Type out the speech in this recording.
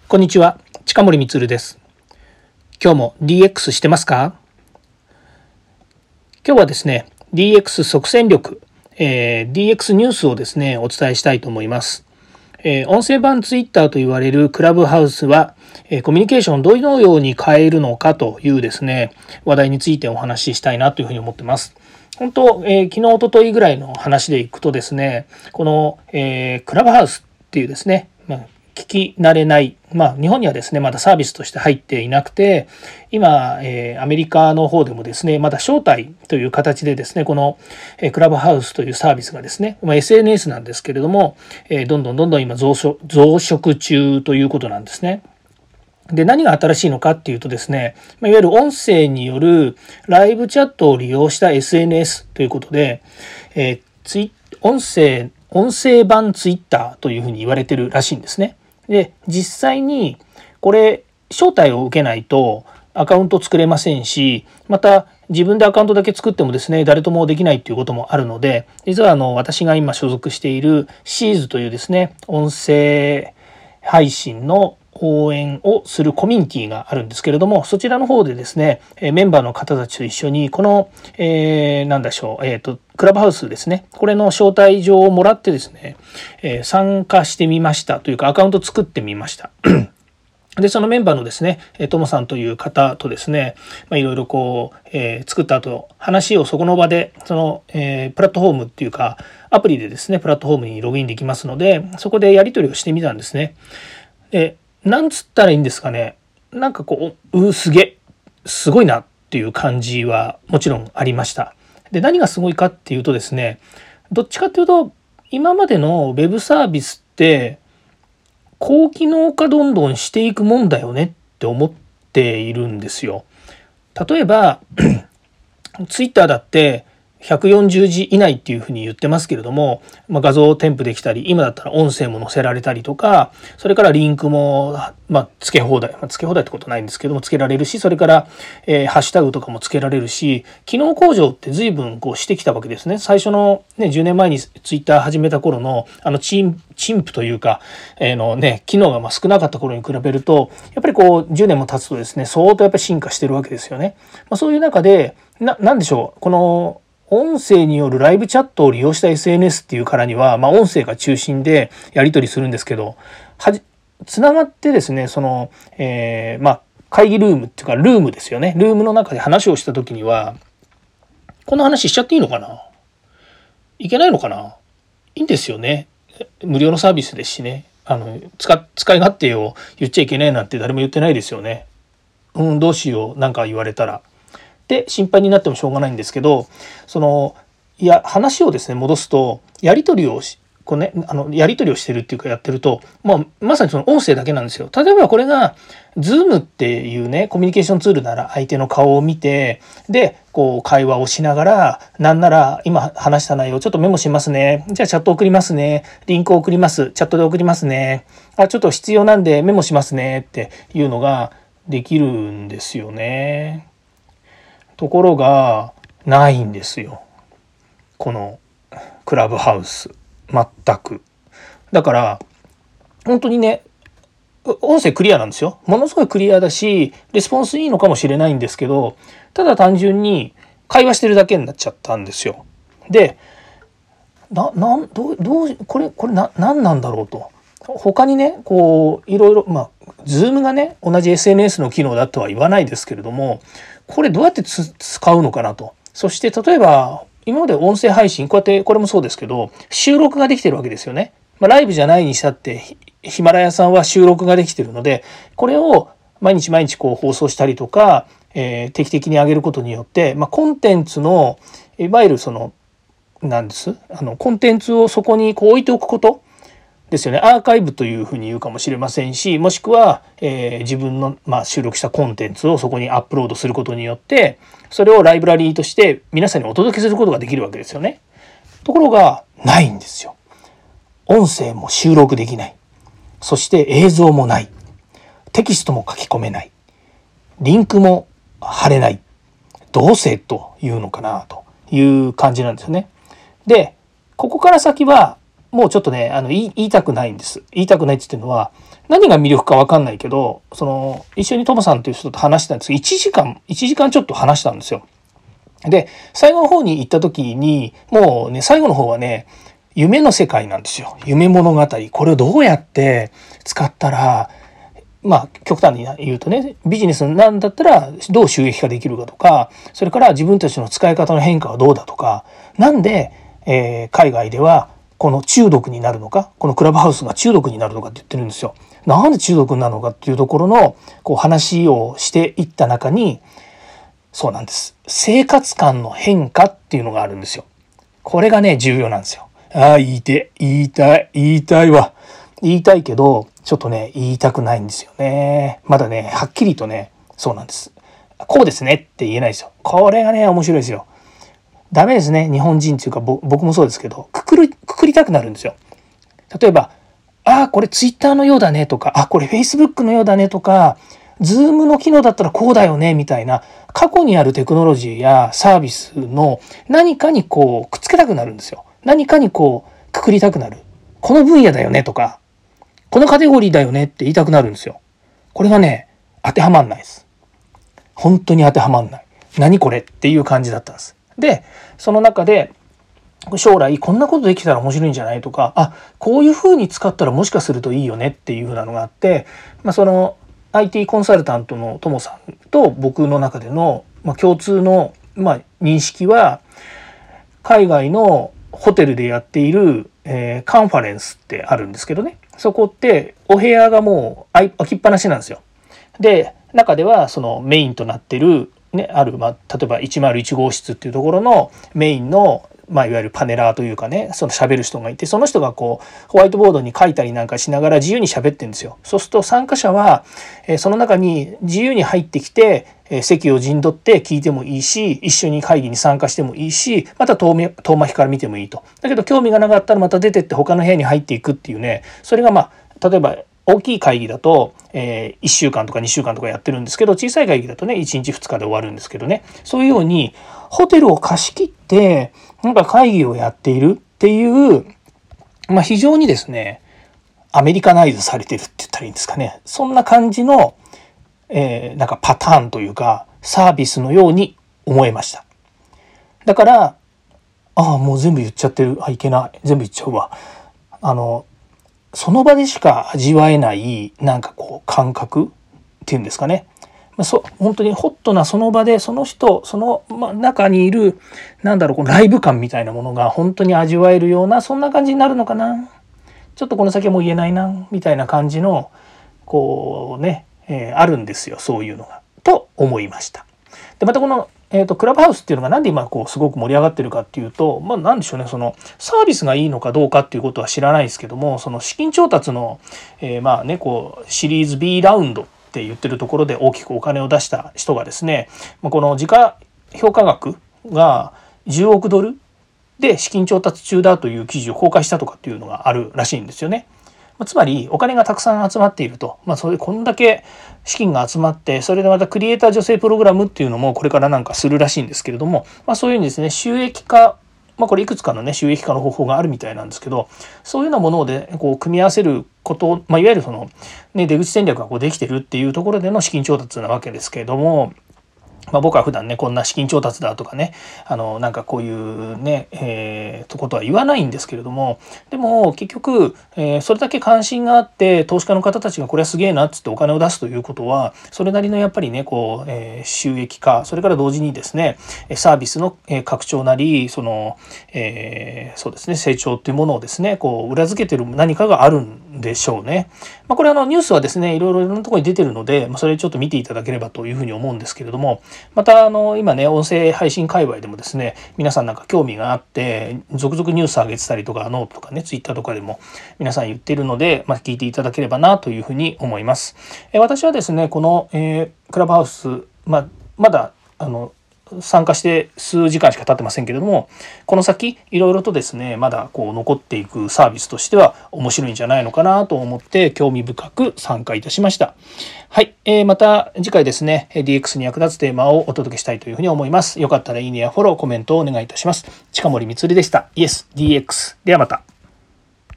こんにちは、近森光です。今日も DX してますか？今日はですね、DX 即戦力、DX ニュースをですね、お伝えしたいと思います。音声版 Twitter と言われるクラブハウスは、コミュニケーションをどのように変えるのかというですね、話題についてお話ししたいなというふうに思ってます。本当、昨日、一昨日ぐらいの話でいくとですね、この、クラブハウスっていうですね、聞き慣れない、日本にはですねまだサービスとして入っていなくて、今、アメリカの方でもですねまだ招待という形でですねこの、クラブハウスというサービスがですね、SNS なんですけれども、どんどん今増殖中ということなんですね。で、何が新しいのかっていうとですね、いわゆる音声によるライブチャットを利用した SNS ということで、音声版 Twitter というふうに言われてるらしいんですね。で、実際にこれ招待を受けないとアカウント作れませんし、また自分でアカウントだけ作ってもですね誰ともできないっていうこともあるので、実は私が今所属しているシーズというですね音声配信の応援をするコミュニティがあるんですけれども、そちらの方でですねメンバーの方たちと一緒にこの、クラブハウスですね、これの招待状をもらってですね、参加してみましたというかアカウント作ってみました。で、そのメンバーのですね、ともさんという方とですね、いろいろ作った後、話をそこの場で、プラットフォームっていうか、アプリでですね、プラットフォームにログインできますので、そこでやり取りをしてみたんですね。で、なんつったらいいんですかね。なんかすごいなっていう感じはもちろんありました。で、何がすごいかっていうとですね、どっちかっていうと、今までのウェブサービスって、高機能化どんどんしていくもんだよねって思っているんですよ。例えばツイッターだって140字以内っていうふうに言ってますけれども、画像添付できたり、今だったら音声も載せられたりとか、それからリンクも、付け放題、付け放題ってことないんですけども付けられるし、それから、ハッシュタグとかも付けられるし、機能向上って随分してきたわけですね。最初のね、10年前にツイッター始めた頃の陳腐というか、機能が少なかった頃に比べると、やっぱり10年も経つとですね、相当やっぱり進化してるわけですよね。そういう中で、なんでしょう、この音声によるライブチャットを利用した SNS っていうからには、音声が中心でやり取りするんですけど、つながってですね、会議ルームっていうか、ルームですよね。ルームの中で話をした時には、この話しちゃっていいのかな？いけないのかな？いいんですよね。無料のサービスですしね。使い勝手を言っちゃいけないなんて誰も言ってないですよね。どうしよう、なんか言われたら。で心配になってもしょうがないんですけど、話をですね戻すと、やり取りをしてるっていうかやってると、まさにその音声だけなんですよ。例えばこれが Zoom っていうねコミュニケーションツールなら相手の顔を見て、で会話をしながら、なんなら今話した内容ちょっとメモしますね、じゃあチャット送りますね、リンクを送ります、チャットで送りますね、ちょっと必要なんでメモしますねっていうのができるんですよね。ところがないんですよ、このクラブハウス。全く。だから本当にね、音声クリアなんですよ。ものすごいクリアだし、レスポンスいいのかもしれないんですけど、ただ単純に会話してるだけになっちゃったんですよ。で、これ何なんだろうと。他にね、いろいろ、Zoom がね、同じ SNS の機能だとは言わないですけれども、これどうやって使うのかなと。そして例えば、今まで音声配信、こうやってこれもそうですけど、収録ができてるわけですよね。ライブじゃないにしたって、ヒマラヤさんは収録ができてるので、これを毎日放送したりとか、定期的に上げることによって、コンテンツの、いわゆるコンテンツをそこに置いておくことですよね。アーカイブというふうに言うかもしれませんし、もしくは、自分の、収録したコンテンツをそこにアップロードすることによって、それをライブラリーとして皆さんにお届けすることができるわけですよね。ところがないんですよ。音声も収録できない。そして映像もない。テキストも書き込めない。リンクも貼れない。どうせというのかなという感じなんですよね。で、ここから先はもうちょっとね、言いたくないんです。言いたくないって言ってるのは、 何が魅力か分かんないけど、一緒にトモさんという人と話したんですけど、1時間ちょっと話したんですよ。で、最後の方に行った時に、もうね、最後の方はね、夢の世界なんですよ。夢物語。これをどうやって使ったら、極端に言うとね、ビジネスなんだったらどう収益化できるかとか、それから自分たちの使い方の変化はどうだとか、なんで、海外ではこの中毒になるのか、このクラブハウスが中毒になるのかって言ってるんですよ。なんで中毒になるのかっていうところの話をしていった中に、そうなんです。生活感の変化っていうのがあるんですよ。これがね、重要なんですよ。言いたいわ。言いたいけど、ちょっとね、言いたくないんですよね。まだね、はっきりとね、そうなんです。こうですねって言えないですよ。これがね、面白いですよ。ダメですね。日本人っていうか、僕もそうですけど、くくりたくなるんですよ。例えば、これツイッターのようだねとか、これフェイスブックのようだねとか、ズームの機能だったらこうだよねみたいな、過去にあるテクノロジーやサービスの何かにくっつけたくなるんですよ。何かにくくりたくなる。この分野だよねとか、このカテゴリーだよねって言いたくなるんですよ。これがね、当てはまんないです。本当に当てはまんない。何これっていう感じだったんです。で、その中で、将来こんなことできたら面白いんじゃないとか、こういう風に使ったらもしかするといいよねっていう風なのがあって、その IT コンサルタントのトモさんと僕の中での、共通の、認識は、海外のホテルでやっている、カンファレンスってあるんですけどね、そこってお部屋がもう開きっぱなしなんですよ。で、中ではそのメインとなってる、ある、例えば101号室っていうところのメインのいわゆるパネラーというかね、その喋る人がいて、その人がホワイトボードに書いたりなんかしながら自由に喋ってるんですよ。そうすると参加者は、その中に自由に入ってきて、席を陣取って聞いてもいいし、一緒に会議に参加してもいいし、また遠巻きから見てもいいと。だけど興味がなかったらまた出てって他の部屋に入っていくっていうね、それが例えば大きい会議だと、1週間とか2週間とかやってるんですけど、小さい会議だとね、1日2日で終わるんですけどね、そういうようにホテルを貸し切ってなんか会議をやっているっていう、非常にですね、アメリカナイズされてるって言ったらいいんですかね。そんな感じの、なんかパターンというかサービスのように思えました。だから、もう全部言っちゃってる。いけない。全部言っちゃうわ。その場でしか味わえないなんか感覚っていうんですかね。本当にホットなその場でその人その中にいるこのライブ感みたいなものが本当に味わえるようなそんな感じになるのかな。ちょっとこの先はもう言えないなみたいな感じのあるんですよ、そういうのがと思いました。でまたこのクラブハウスっていうのがなんで今すごく盛り上がってるかっていうと、なんでしょうね、そのサービスがいいのかどうかっていうことは知らないですけども、その資金調達の、シリーズ B ラウンドって言ってるところで大きくお金を出した人がですね、この時価評価額が10億ドルで資金調達中だという記事を公開したとかっていうのがあるらしいんですよね。つまりお金がたくさん集まっていると、それこんだけ資金が集まって、それでまたクリエイター女性プログラムっていうのもこれからなんかするらしいんですけれども、そういうふうにですね、収益化、これいくつかのね収益化の方法があるみたいなんですけど、そういうようなもので組み合わせることを、いわゆるそのね出口戦略ができてるっていうところでの資金調達なわけですけれども。僕は普段ねこんな資金調達だとかねなんかこういうねことは言わないんですけれども、でも結局、それだけ関心があって投資家の方たちがこれはすげえなっつってお金を出すということはそれなりのやっぱりね収益化、それから同時にですねサービスの拡張なりそうですね成長っていうものをですね裏付けてる何かがあるんでしょうね。これニュースはですねいろんなところに出てるので、それちょっと見ていただければというふうに思うんですけれども、また今ね音声配信界隈でもですね皆さんなんか興味があって続々ニュース上げてたりとかノートとかねツイッターとかでも皆さん言っているので、聞いていただければなというふうに思います。私はですねこの、クラブハウス、まだ参加して数時間しか経ってませんけれども、この先いろいろとですねまだ残っていくサービスとしては面白いんじゃないのかなと思って興味深く参加いたしました。はい、また次回ですね DX に役立つテーマをお届けしたいというふうに思います。よかったらいいねやフォローコメントをお願いいたします。近森光でした。イエス DX ではまた。